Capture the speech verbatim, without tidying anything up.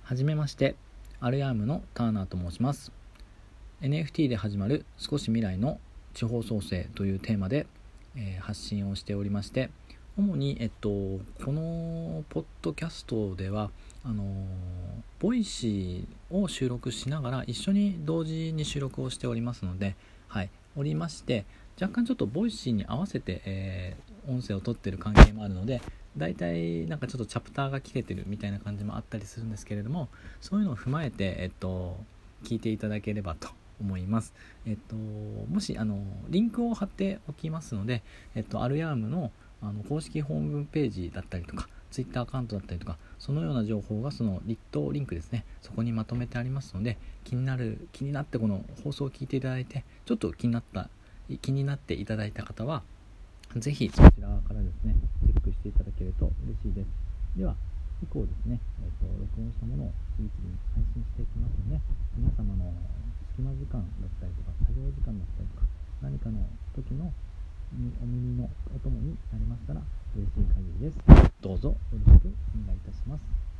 はじめまして、アルヤームのターナーと申します。 エヌエフティー で始まる少し未来の地方創生というテーマで、えー、発信をしておりまして、主に、えっと、このポッドキャストではあのー、ボイシーを収録しながら一緒に同時に収録をしておりますので、はい、おりまして若干ちょっとボイシーに合わせて、えー、音声を取っている関係もあるので、だいたいなんかちょっとチャプターが切れてるみたいな感じもあったりするんですけれども、そういうのを踏まえて、えっと、聞いていただければと思います。えっと、もしあのリンクを貼っておきますので、えっと、アルヤームのあの公式ホームページだったりとかツイッターアカウントだったりとか、そのような情報がそのリットリンクですね、そこにまとめてありますので、気になる気になってこの放送を聞いていただいて、ちょっと気になった気になっていただいた方はぜひそちらからですねチェックしていただけると嬉しいです。では以降ですね、えー、と録音したものを次々に配信していきますので、皆様の隙間時間だったりとか作業時間だったりとか何かの時のお耳のお供になりましたら嬉しい限りです。どうぞよろしくお願いいたします。